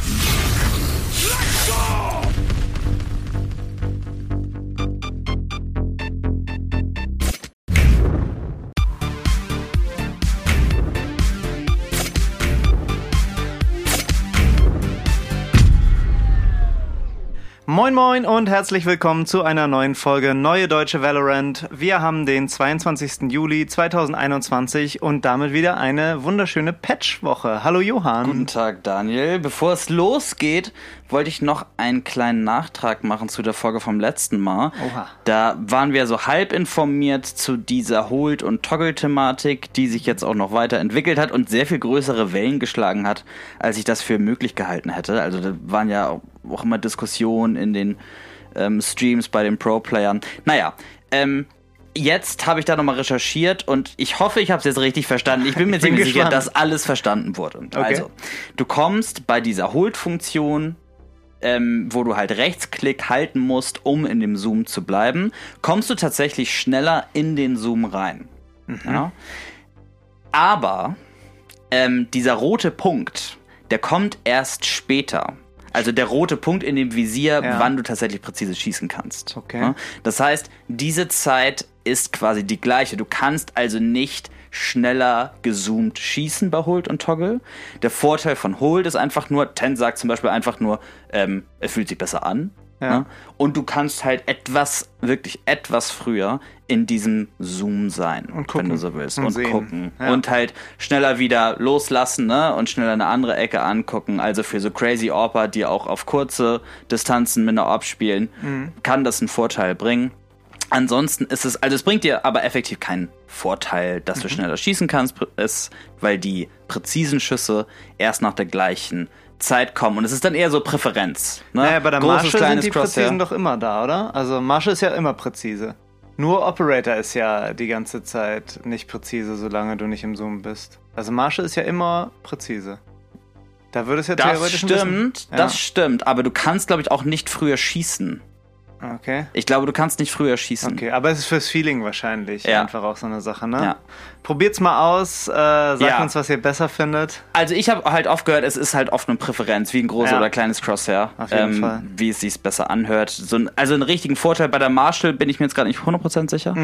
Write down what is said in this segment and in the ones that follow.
Moin moin und herzlich willkommen zu einer neuen Folge Neue Deutsche Valorant. Wir haben den 22. Juli 2021 und damit wieder eine wunderschöne Patch-Woche. Hallo Johann. Guten Tag Daniel. Bevor es losgeht, wollte ich noch einen kleinen Nachtrag machen zu der Folge vom letzten Mal. Oha. Da waren wir so halb informiert zu dieser Hold- und Toggle-Thematik, die sich jetzt auch noch weiterentwickelt hat und sehr viel größere Wellen geschlagen hat, als ich das für möglich gehalten hätte. Also da waren ja auch immer Diskussionen in den Streams bei den Pro-Playern. Naja, jetzt habe ich da nochmal recherchiert und ich hoffe, ich habe es jetzt richtig verstanden. Ich bin mir ziemlich sicher, dass alles verstanden wurde. Okay. Also, du kommst bei dieser Hold-Funktion, wo du halt Rechtsklick halten musst, um in dem Zoom zu bleiben, kommst du tatsächlich schneller in den Zoom rein. Mhm. Ja? Aber dieser rote Punkt, der kommt erst später. Also der rote Punkt in dem Visier, wann du tatsächlich präzise schießen kannst. Okay. Ja? Das heißt, diese Zeit ist quasi die gleiche. Du kannst also nicht schneller gezoomt schießen bei Hold und Toggle. Der Vorteil von Hold ist einfach nur, Ten sagt zum Beispiel einfach nur, es fühlt sich besser an. Ja? Und du kannst halt wirklich etwas früher in diesem Zoom sein, und gucken, wenn du so willst. und Und sehen. gucken. Ja. Und halt schneller wieder loslassen, ne? Und schneller eine andere Ecke angucken. Also für so Crazy Orper, die auch auf kurze Distanzen mit einer Orb spielen, kann das einen Vorteil bringen. Ansonsten ist es bringt dir aber effektiv keinen Vorteil, dass du schneller schießen kannst, weil die präzisen Schüsse erst nach der gleichen Zeit kommen. Und es ist dann eher so Präferenz. Ne? Naja, bei der Großes, Marshall sind die Crosshair. Präzisen doch immer da, oder? Also Marshall ist ja immer präzise. Nur Operator ist ja die ganze Zeit nicht präzise, solange du nicht im Zoom bist. Also Marshall ist ja immer präzise. Da würde es ja theoretisch Das stimmt, aber du kannst, glaube ich, auch nicht früher schießen. Okay. Ich glaube, du kannst nicht früher schießen. Okay, aber es ist fürs Feeling wahrscheinlich einfach auch so eine Sache, ne? Ja. Probiert's mal aus, sagt uns, was ihr besser findet. Also ich habe halt oft gehört, es ist halt oft eine Präferenz, wie ein großes oder kleines Crosshair. Auf jeden Fall. Wie es sich besser anhört. Also einen richtigen Vorteil bei der Marshall bin ich mir jetzt gerade nicht 100% sicher.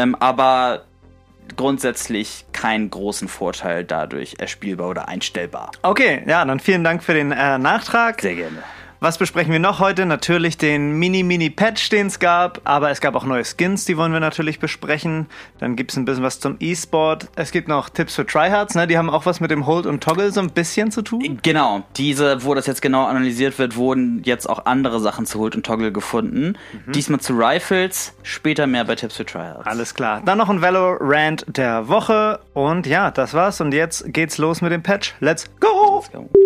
Aber grundsätzlich keinen großen Vorteil dadurch erspielbar oder einstellbar. Okay, ja, dann vielen Dank für den Nachtrag. Sehr gerne. Was besprechen wir noch heute? Natürlich den Mini-Patch, den es gab, aber es gab auch neue Skins, die wollen wir natürlich besprechen. Dann gibt es ein bisschen was zum E-Sport. Es gibt noch Tipps für Tryhards, ne? Die haben auch was mit dem Hold und Toggle so ein bisschen zu tun. Genau, wo das jetzt genau analysiert wird, wurden jetzt auch andere Sachen zu Hold und Toggle gefunden. Diesmal zu Rifles, später mehr bei Tipps für Tryhards. Alles klar. Dann noch ein Valorant der Woche und ja, das war's. Und jetzt geht's los mit dem Patch. Let's go! Let's go.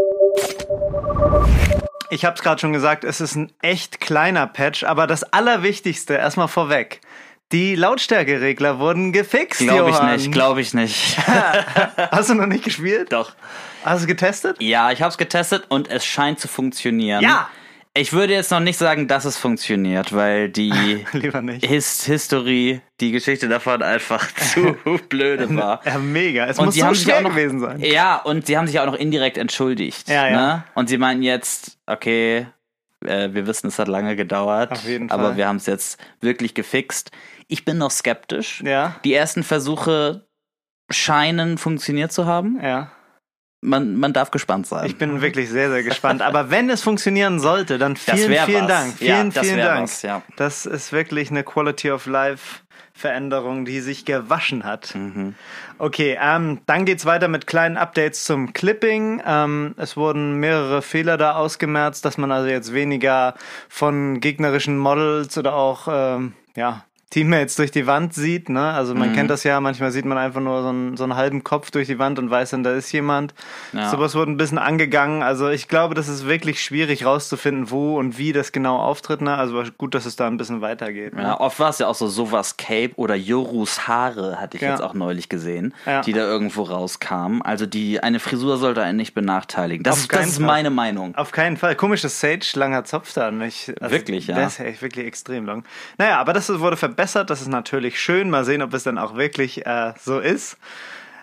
Ich hab's gerade schon gesagt, es ist ein echt kleiner Patch, aber das Allerwichtigste erstmal vorweg. Die Lautstärkeregler wurden gefixt, Johann. Glaube ich nicht. Hast du noch nicht gespielt? Doch. Hast du getestet? Ja, ich habe es getestet und es scheint zu funktionieren. Ja! Ich würde jetzt noch nicht sagen, dass es funktioniert, weil die Lieber nicht. History, die Geschichte davon einfach zu blöde war. Ja, mega. Es Und muss sie so haben sich schwer auch noch, gewesen sein. Ja, und sie haben sich auch noch indirekt entschuldigt. Ja. Ne? Und sie meinten jetzt, okay, wir wissen, es hat lange gedauert, Auf jeden Fall. aber wir haben es jetzt wirklich gefixt. Ich bin noch skeptisch. Ja. Die ersten Versuche scheinen funktioniert zu haben. Ja. Man darf gespannt sein. Ich bin wirklich sehr, sehr gespannt. Aber wenn es funktionieren sollte, dann vielen Dank. Vielen Dank. Was, ja. Das ist wirklich eine Quality of Life Veränderung, die sich gewaschen hat. Okay, dann geht's weiter mit kleinen Updates zum Clipping. Es wurden mehrere Fehler da ausgemerzt, dass man also jetzt weniger von gegnerischen Models oder auch Teammates durch die Wand sieht, ne? Also man kennt das ja, manchmal sieht man einfach nur so einen halben Kopf durch die Wand und weiß dann, da ist jemand. Ja. Sowas wurde ein bisschen angegangen. Also ich glaube, das ist wirklich schwierig rauszufinden, wo und wie das genau auftritt, ne? Also gut, dass es da ein bisschen weitergeht. Ne? Ja, oft war es ja auch so Sovas Cape oder Yorus Haare, hatte ich jetzt auch neulich gesehen, die da irgendwo rauskamen. Also eine Frisur sollte einen nicht benachteiligen. Das ist meine Meinung. Auf keinen Fall. Komisches Sage, langer Zopf da. Wirklich, ja. Der ist echt wirklich extrem lang. Naja, aber das wurde verbessert. Das ist natürlich schön. Mal sehen, ob es dann auch wirklich so ist.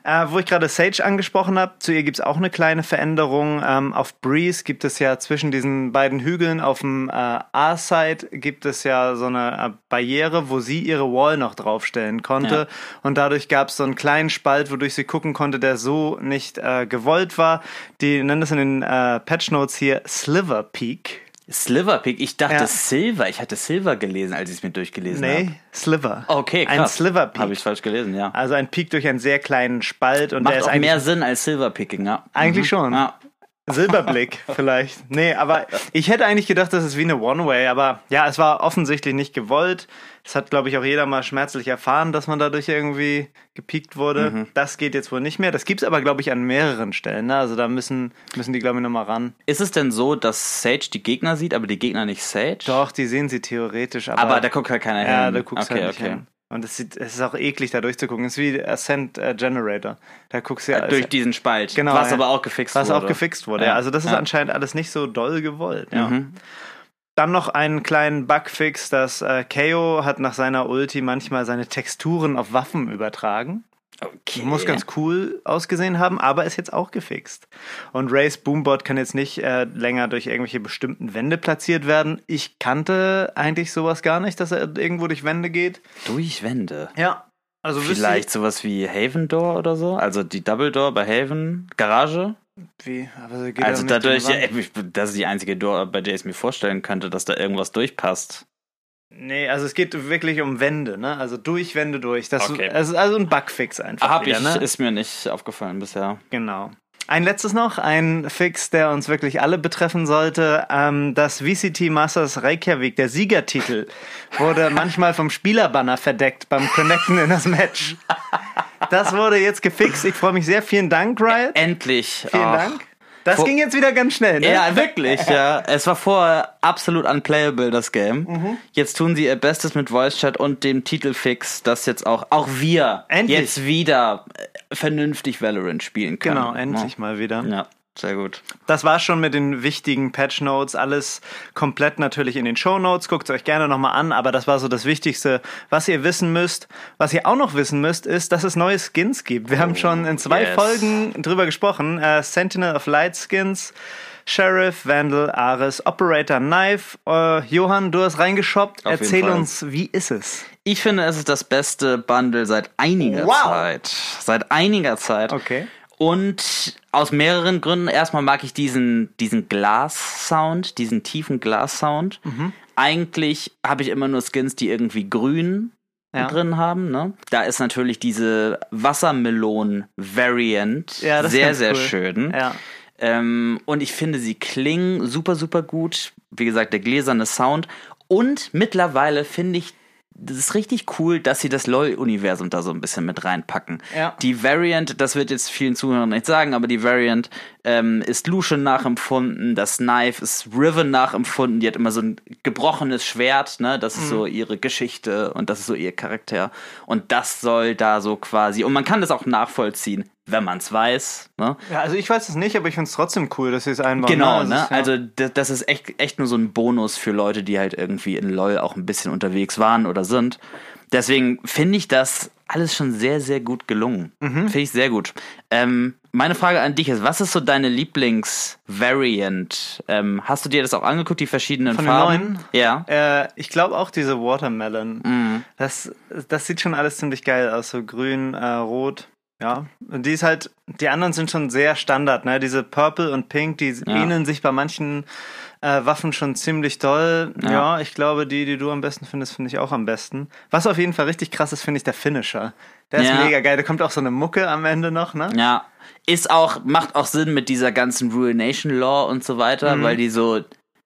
Wo ich gerade Sage angesprochen habe, zu ihr gibt es auch eine kleine Veränderung. Auf Breeze gibt es ja zwischen diesen beiden Hügeln auf dem A-Side gibt es ja so eine Barriere, wo sie ihre Wall noch draufstellen konnte. Ja. Und dadurch gab es so einen kleinen Spalt, wodurch sie gucken konnte, der so nicht gewollt war. Die nennen das in den Patch Notes hier Sliver Peak. Sliver Peak? Ich dachte Silver. Ich hatte Silver gelesen, als ich es mir durchgelesen habe. Nee, Sliver. Okay, krass. Ein Sliver Peak. Habe ich falsch gelesen, ja. Also ein Peak durch einen sehr kleinen Spalt. Und macht der ist auch mehr Sinn als Silver Picking, ja. Eigentlich schon. Ja. Silberblick vielleicht. Nee, aber ich hätte eigentlich gedacht, das ist wie eine One-Way. Aber ja, es war offensichtlich nicht gewollt. Das hat, glaube ich, auch jeder mal schmerzlich erfahren, dass man dadurch irgendwie gepiekt wurde. Mhm. Das geht jetzt wohl nicht mehr. Das gibt's aber, glaube ich, an mehreren Stellen. Ne? Also da müssen die, glaube ich, nochmal ran. Ist es denn so, dass Sage die Gegner sieht, aber die Gegner nicht Sage? Doch, die sehen sie theoretisch. Aber da guckt halt keiner hin. Ja, da guckst halt nicht hin. Und es ist auch eklig, da durchzugucken. Es ist wie Ascent Generator. Da guckst du ja durch diesen Spalt. Genau, was aber auch gefixt wurde. Was auch gefixt wurde, ja. Also das ist anscheinend alles nicht so doll gewollt. Ja. Mhm. Dann noch einen kleinen Bugfix, dass KO hat nach seiner Ulti manchmal seine Texturen auf Waffen übertragen. Okay. Muss ganz cool ausgesehen haben, aber ist jetzt auch gefixt. Und Rays Boombot kann jetzt nicht länger durch irgendwelche bestimmten Wände platziert werden. Ich kannte eigentlich sowas gar nicht, dass er irgendwo durch Wände geht. Durch Wände? Ja. Also vielleicht sowas wie Haven Door oder so? Also die Double Door bei Haven Garage? Wie? Aber geht also dadurch, das ist die einzige Door, bei der ich es mir vorstellen könnte, dass da irgendwas durchpasst. Nee, also es geht wirklich um Wände, ne? Also durch Wände durch. Das ist also ein Bugfix einfach. Ist mir nicht aufgefallen bisher. Genau. Ein letztes noch, ein Fix, der uns wirklich alle betreffen sollte. Das VCT Masters Reykjavik, der Siegertitel, wurde manchmal vom Spielerbanner verdeckt beim Connecten in das Match. Das wurde jetzt gefixt. Ich freue mich sehr. Vielen Dank, Riot. Endlich. Vielen Dank. Das ging jetzt wieder ganz schnell, ne? Ja, wirklich, ja. Es war vorher absolut unplayable, das Game. Mhm. Jetzt tun sie ihr Bestes mit Voice Chat und dem Titelfix, dass jetzt auch wir endlich jetzt wieder vernünftig Valorant spielen können. Genau, endlich mal wieder. Ja. Sehr gut. Das war's schon mit den wichtigen Patch-Notes. Alles komplett natürlich in den Show-Notes. Guckt es euch gerne nochmal an. Aber das war so das Wichtigste, was ihr wissen müsst. Was ihr auch noch wissen müsst, ist, dass es neue Skins gibt. Wir haben schon in 2 Folgen drüber gesprochen. Sentinel of Light Skins, Sheriff, Vandal, Ares, Operator, Knife. Johann, du hast reingeshoppt. Erzähl uns, wie ist es? Ich finde, es ist das beste Bundle seit einiger Zeit. Seit einiger Zeit. Okay. Und aus mehreren Gründen. Erstmal mag ich diesen Glas-Sound, diesen tiefen Glas-Sound. Mhm. Eigentlich habe ich immer nur Skins, die irgendwie grün drin haben. Ne? Da ist natürlich diese Wassermelonen-Variant sehr, sehr cool. Schön. Ja. Und ich finde, sie klingen super, super gut. Wie gesagt, der gläserne Sound. Und mittlerweile finde ich, das ist richtig cool, dass sie das LoL-Universum da so ein bisschen mit reinpacken. Ja. Die Variant, das wird jetzt vielen Zuhörern nicht sagen, aber die Variant ist Lucian nachempfunden, das Knife ist Riven nachempfunden, die hat immer so ein gebrochenes Schwert, ne? Das ist so ihre Geschichte und das ist so ihr Charakter. Und das soll da so quasi, und man kann das auch nachvollziehen, wenn man es weiß. Ne? Ja, also ich weiß es nicht, aber ich finde es trotzdem cool, dass sie es einbauen. Genau, ne? Also das ist echt nur so ein Bonus für Leute, die halt irgendwie in LoL auch ein bisschen unterwegs waren oder sind. Deswegen finde ich das alles schon sehr, sehr gut gelungen. Mhm. Finde ich sehr gut. Meine Frage an dich ist, was ist so deine Lieblings-Variant? Hast du dir das auch angeguckt, die verschiedenen Von Farben? Den neuen? Ja. Ich glaube auch diese Watermelon. Mhm. Das sieht schon alles ziemlich geil aus, so grün, rot. Ja, und die ist halt, die anderen sind schon sehr Standard, ne? Diese Purple und Pink, die ähneln sich bei manchen Waffen schon ziemlich doll. Ja, ich glaube, die du am besten findest, finde ich auch am besten. Was auf jeden Fall richtig krass ist, finde ich der Finisher. Der ist mega geil. Da kommt auch so eine Mucke am Ende noch, ne? Ja, macht auch Sinn mit dieser ganzen Ruination Law und so weiter, weil die so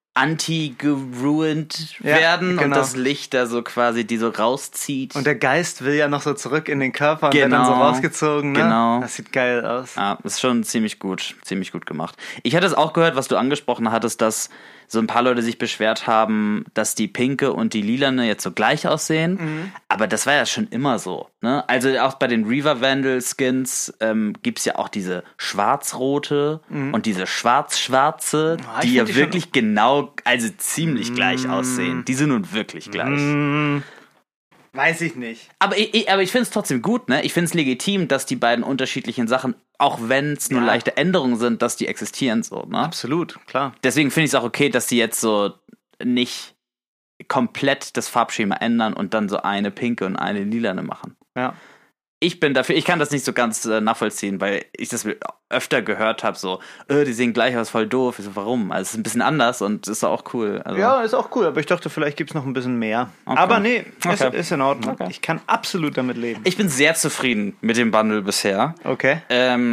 anti-geruined werden und das Licht da so quasi die so rauszieht. Und der Geist will ja noch so zurück in den Körper und wird dann so rausgezogen, ne? Genau. Das sieht geil aus. Ja, ist schon ziemlich gut gemacht. Ich hatte es auch gehört, was du angesprochen hattest, dass so ein paar Leute sich beschwert haben, dass die pinke und die lilane jetzt so gleich aussehen. Mhm. Aber das war ja schon immer so, ne? Also auch bei den Reaver Vandal Skins gibt's ja auch diese schwarz-rote und diese schwarz-schwarze, die ja wirklich genau, also ziemlich gleich aussehen. Die sind nun wirklich gleich. Weiß ich nicht. Aber ich finde es trotzdem gut, ne? Ich finde es legitim, dass die beiden unterschiedlichen Sachen, auch wenn es nur leichte Änderungen sind, dass die existieren so, ne? Absolut, klar. Deswegen finde ich es auch okay, dass die jetzt so nicht komplett das Farbschema ändern und dann so eine pinke und eine lilane machen. Ja. Ich bin dafür, ich kann das nicht so ganz nachvollziehen, weil ich das öfter gehört habe, so, die sehen gleich aus, voll doof. Ich so, warum? Also es ist ein bisschen anders und ist auch cool. Also, ja, ist auch cool, aber ich dachte, vielleicht gibt es noch ein bisschen mehr. Okay. Aber nee, Okay. ist in Ordnung. Okay. Ich kann absolut damit leben. ich bin sehr zufrieden mit dem Bundle bisher. Okay.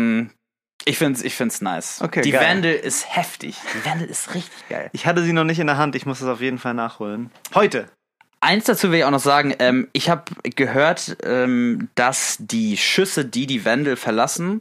Ich find's nice. Okay, die geil. Vandal ist heftig. Die Vandal ist richtig geil. Ich hatte sie noch nicht in der Hand, ich muss das auf jeden Fall nachholen. Heute. Eins dazu will ich auch noch sagen, ich habe gehört, dass die Schüsse, die Vandal verlassen,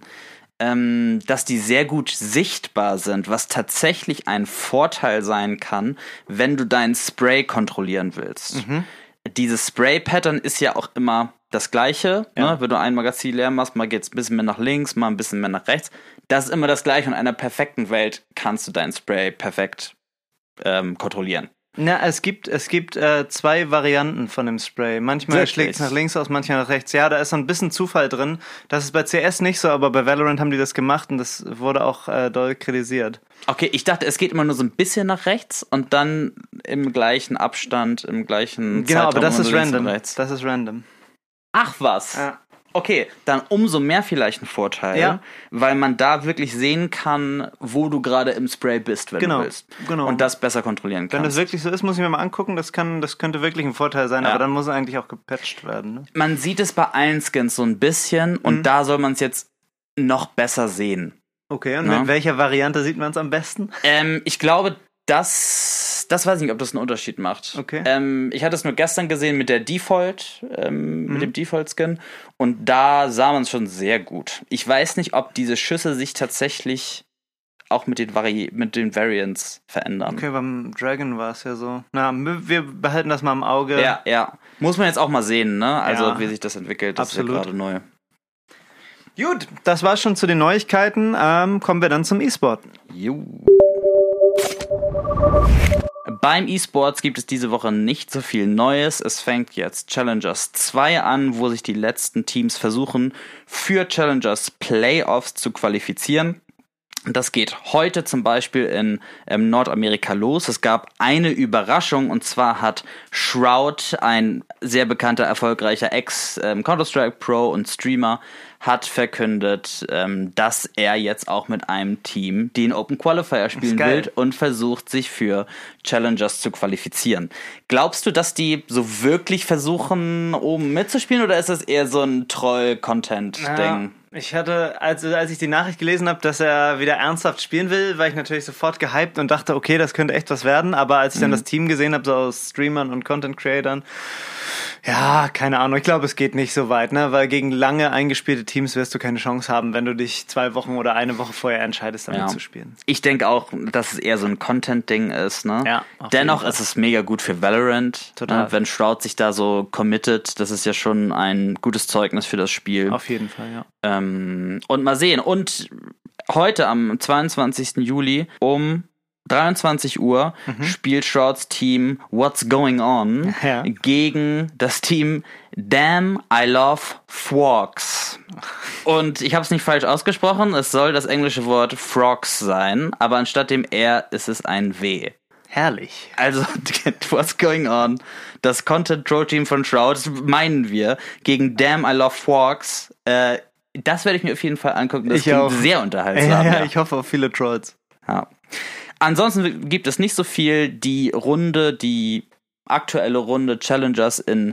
dass die sehr gut sichtbar sind, was tatsächlich ein Vorteil sein kann, wenn du deinen Spray kontrollieren willst. Dieses Spray-Pattern ist ja auch immer das Gleiche, ne? Wenn du ein Magazin leer machst, mal geht's ein bisschen mehr nach links, mal ein bisschen mehr nach rechts. Das ist immer das Gleiche. In einer perfekten Welt kannst du deinen Spray perfekt kontrollieren. Na, es gibt zwei Varianten von dem Spray. Manchmal Wirklich? schlägt es nach links aus, manchmal nach rechts. Ja, da ist so ein bisschen Zufall drin. Das ist bei CS nicht so, aber bei Valorant haben die das gemacht und das wurde auch doll kritisiert. Okay, ich dachte, es geht immer nur so ein bisschen nach rechts und dann im gleichen Abstand, im gleichen Genau, aber Zeitraum das immer ist so links und random. rechts. Das ist random. Ach was. Ja. Okay, dann umso mehr vielleicht ein Vorteil, Ja. weil man da wirklich sehen kann, wo du gerade im Spray bist, wenn Genau, du willst. genau. Und das besser kontrollieren Wenn kannst. das wirklich so ist, muss ich mir mal angucken. Das könnte wirklich ein Vorteil sein, Ja. aber dann muss er eigentlich auch gepatcht werden. Ne? Man sieht es bei allen Skins so ein bisschen und da soll man es jetzt noch besser sehen. Okay, und Ja. mit welcher Variante sieht man es am besten? Ich glaube, das weiß ich nicht, ob das einen Unterschied macht. Okay. Ich hatte es nur gestern gesehen mit der Default, mit dem Default-Skin und da sah man es schon sehr gut. Ich weiß nicht, ob diese Schüsse sich tatsächlich auch mit den Variants verändern. Okay, beim Dragon war es ja so. Na, wir behalten das mal im Auge. Ja. Muss man jetzt auch mal sehen, ne? Also, Ja. wie sich das entwickelt, das Absolut. ist ja gerade neu. Gut, das war's schon zu den Neuigkeiten. Kommen wir dann zum E-Sport. Beim E-Sports gibt es diese Woche nicht so viel Neues. Es fängt jetzt Challengers 2 an, wo sich die letzten Teams versuchen, für Challengers Playoffs zu qualifizieren. Das geht heute zum Beispiel in Nordamerika los. Es gab eine Überraschung und zwar hat Shroud, ein sehr bekannter, erfolgreicher Ex-Counter-Strike-Pro und Streamer, hat verkündet, dass er jetzt auch mit einem Team den Open Qualifier spielen will und versucht, sich für Challengers zu qualifizieren. Glaubst du, dass die so wirklich versuchen, oben mitzuspielen oder ist das eher so ein Troll-Content-Ding? Ich hatte, als ich die Nachricht gelesen habe, dass er wieder ernsthaft spielen will, war ich natürlich sofort gehypt und dachte, okay, das könnte echt was werden. Aber als ich dann das Team gesehen habe, so aus Streamern und Content-Creatern, ja, keine Ahnung, ich glaube, es geht nicht so weit, ne? Weil gegen lange eingespielte Teams wirst du keine Chance haben, wenn du dich 2 Wochen oder eine Woche vorher entscheidest, damit zu spielen. Ich denke auch, dass es eher so ein Content-Ding ist, ne? Ja, dennoch ist es mega gut für Valorant. Total. Ne? Wenn Shroud sich da so committet, das ist ja schon ein gutes Zeugnis für das Spiel. Auf jeden Fall, ja. Und mal sehen. Und heute am 22. Juli um 23 Uhr spielt Shrouds Team What's Going On gegen das Team Damn I Love Frogs. Und ich habe es nicht falsch ausgesprochen, es soll das englische Wort Frogs sein, aber anstatt dem R ist es ein W. Herrlich. Also, What's Going On? Das Content-Troll-Team von Shroud, meinen wir, gegen Damn I Love Frogs. Das werde ich mir auf jeden Fall angucken. Das klingt sehr unterhaltsam. Ja, ich hoffe auf viele Trolls. Ja. Ansonsten gibt es nicht so viel. Die aktuelle Runde Challengers in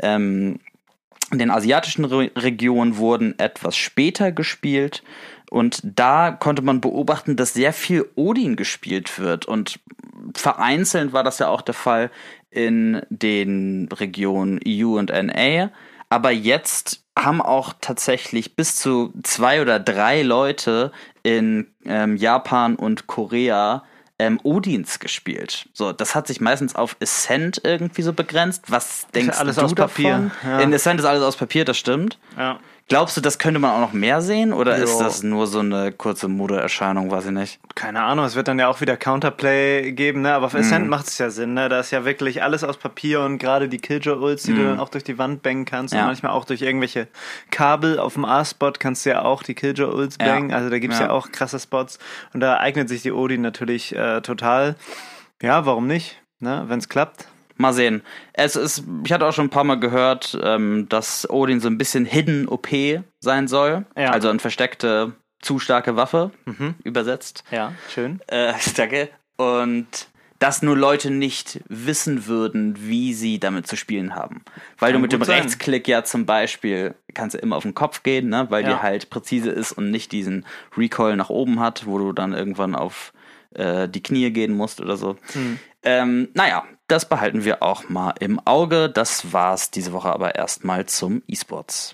den asiatischen Regionen wurden etwas später gespielt. Und da konnte man beobachten, dass sehr viel Odin gespielt wird. Und vereinzelt war das ja auch der Fall in den Regionen EU und NA. Aber jetzt haben auch tatsächlich bis zu 2 oder 3 Leute in Japan und Korea Odins gespielt. So, das hat sich meistens auf Ascent irgendwie so begrenzt. Was denkst alles du aus davon? Papier. Ja. In Ascent ist alles aus Papier, das stimmt. Ja. Glaubst du, das könnte man auch noch mehr sehen? Oder ist das nur so eine kurze Modeerscheinung? Weiß ich nicht. Keine Ahnung, es wird dann ja auch wieder Counterplay geben, ne? Aber für Ascent macht es ja Sinn, ne? Da ist ja wirklich alles aus Papier und gerade die Killjoy-Ults, die du dann auch durch die Wand bangen kannst und manchmal auch durch irgendwelche Kabel auf dem A-Spot kannst du ja auch die Killjoy-Ults bangen. Also da gibt's ja auch krasse Spots und da eignet sich die Odin natürlich total. Ja, warum nicht, ne? Wenn es klappt. Mal sehen. Ich hatte auch schon ein paar Mal gehört, dass Odin so ein bisschen Hidden OP sein soll. Ja. Also eine versteckte, zu starke Waffe, übersetzt. Ja, schön. Danke. Und dass nur Leute nicht wissen würden, wie sie damit zu spielen haben. Weil du mit dem Rechtsklick ja zum Beispiel kannst du immer auf den Kopf gehen, ne? Weil die halt präzise ist und nicht diesen Recoil nach oben hat, wo du dann irgendwann auf die Knie gehen musst oder so. Naja, das behalten wir auch mal im Auge. Das war's diese Woche aber erstmal zum E-Sports.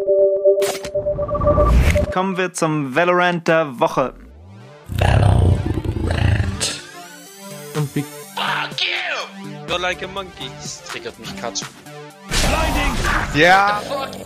Kommen wir zum Valorant der Woche. Valorant. Fuck you! You're like a monkey. Das triggert mich Katsch. Blinding! Ja!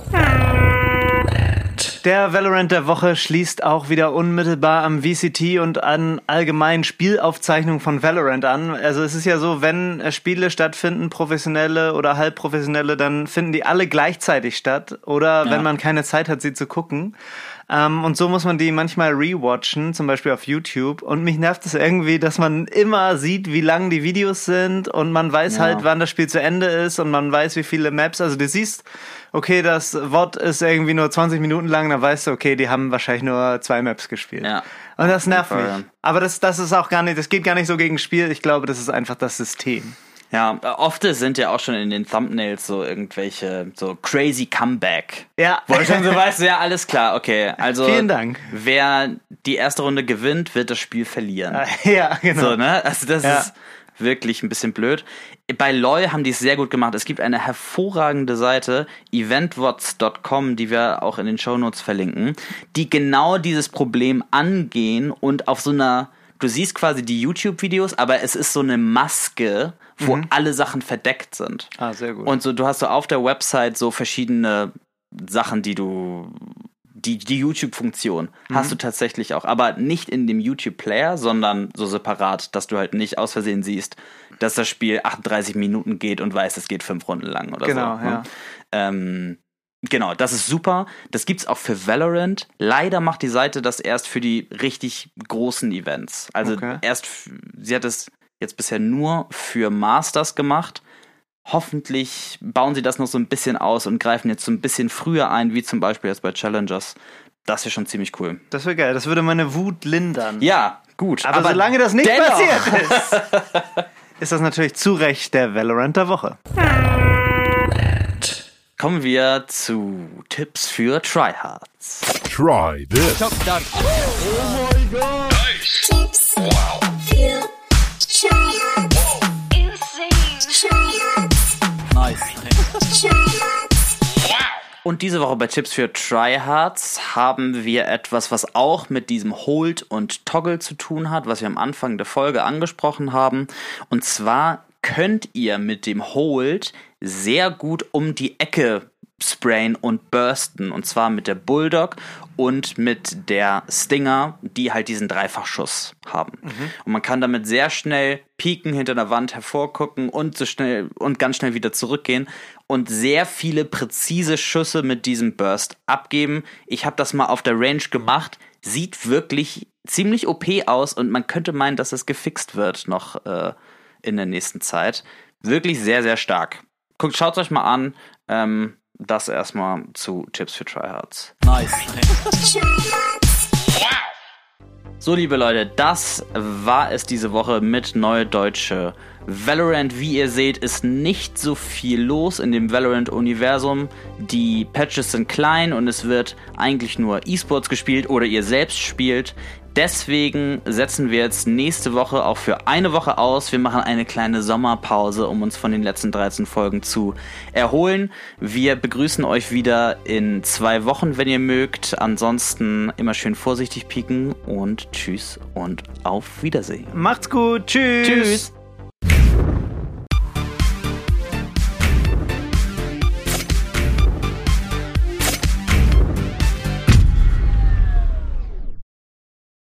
Der Valorant der Woche schließt auch wieder unmittelbar am VCT und an allgemeinen Spielaufzeichnungen von Valorant an. Also es ist ja so, wenn Spiele stattfinden, professionelle oder halbprofessionelle, dann finden die alle gleichzeitig statt. Oder wenn man keine Zeit hat, sie zu gucken. Und so muss man die manchmal rewatchen, zum Beispiel auf YouTube. Und mich nervt es irgendwie, dass man immer sieht, wie lang die Videos sind und man weiß halt, wann das Spiel zu Ende ist und man weiß, wie viele Maps. Also du siehst, okay, das VOD ist irgendwie nur 20 Minuten lang, dann weißt du, okay, die haben wahrscheinlich nur 2 Maps gespielt. Ja. Und das nervt mich. Aber das ist auch gar nicht, das geht gar nicht so gegen das Spiel. Ich glaube, das ist einfach das System. Ja, oft sind ja auch schon in den Thumbnails so irgendwelche, so crazy Comeback. Ja. Wo du schon so weißt, ja, alles klar, okay. Also, vielen Dank. Wer die erste Runde gewinnt, wird das Spiel verlieren. Ja, genau. So, ne? Also, das ist wirklich ein bisschen blöd. Bei LoL haben die es sehr gut gemacht. Es gibt eine hervorragende Seite, eventwatch.com, die wir auch in den Shownotes verlinken, die genau dieses Problem angehen und auf so einer, du siehst quasi die YouTube-Videos, aber es ist so eine Maske, wo alle Sachen verdeckt sind. Ah, sehr gut. Und so, du hast so auf der Website so verschiedene Sachen, die YouTube-Funktion hast du tatsächlich auch, aber nicht in dem YouTube-Player, sondern so separat, dass du halt nicht aus Versehen siehst, dass das Spiel 38 Minuten geht und weißt, es geht 5 Runden lang oder genau, so. Ne? Genau, das ist super. Das gibt's auch für Valorant. Leider macht die Seite das erst für die richtig großen Events. Also sie hat es jetzt bisher nur für Masters gemacht. Hoffentlich bauen sie das noch so ein bisschen aus und greifen jetzt so ein bisschen früher ein, wie zum Beispiel jetzt bei Challengers. Das wäre schon ziemlich cool. Das wäre geil. Das würde meine Wut lindern. Ja, gut. Aber solange das nicht passiert ist, ist das natürlich zu Recht der Valorant der Woche. Kommen wir zu Tipps für Tryhards. Try this. Oh my god! Nice. Tipps für Tryhards. Insane. Tryhards. Nice. Tryhards. Und diese Woche bei Tipps für Tryhards haben wir etwas, was auch mit diesem Hold und Toggle zu tun hat, was wir am Anfang der Folge angesprochen haben. Und zwar könnt ihr mit dem Hold sehr gut um die Ecke sprayen und bursten. Und zwar mit der Bulldog und mit der Stinger, die halt diesen Dreifachschuss haben. Und man kann damit sehr schnell pieken, hinter der Wand hervorgucken und ganz schnell wieder zurückgehen und sehr viele präzise Schüsse mit diesem Burst abgeben. Ich habe das mal auf der Range gemacht. Sieht wirklich ziemlich OP aus und man könnte meinen, dass es gefixt wird noch in der nächsten Zeit. Wirklich sehr, sehr stark. Schaut es euch mal an. Das erstmal zu Tipps für Tryhards. Nice. So, liebe Leute, das war es diese Woche mit Neue Deutsche Valorant. Wie ihr seht, ist nicht so viel los in dem Valorant-Universum. Die Patches sind klein und es wird eigentlich nur E-Sports gespielt oder ihr selbst spielt. Deswegen setzen wir jetzt nächste Woche auch für eine Woche aus. Wir machen eine kleine Sommerpause, um uns von den letzten 13 Folgen zu erholen. Wir begrüßen euch wieder in 2 Wochen, wenn ihr mögt. Ansonsten immer schön vorsichtig pieken und tschüss und auf Wiedersehen. Macht's gut. Tschüss. Tschüss.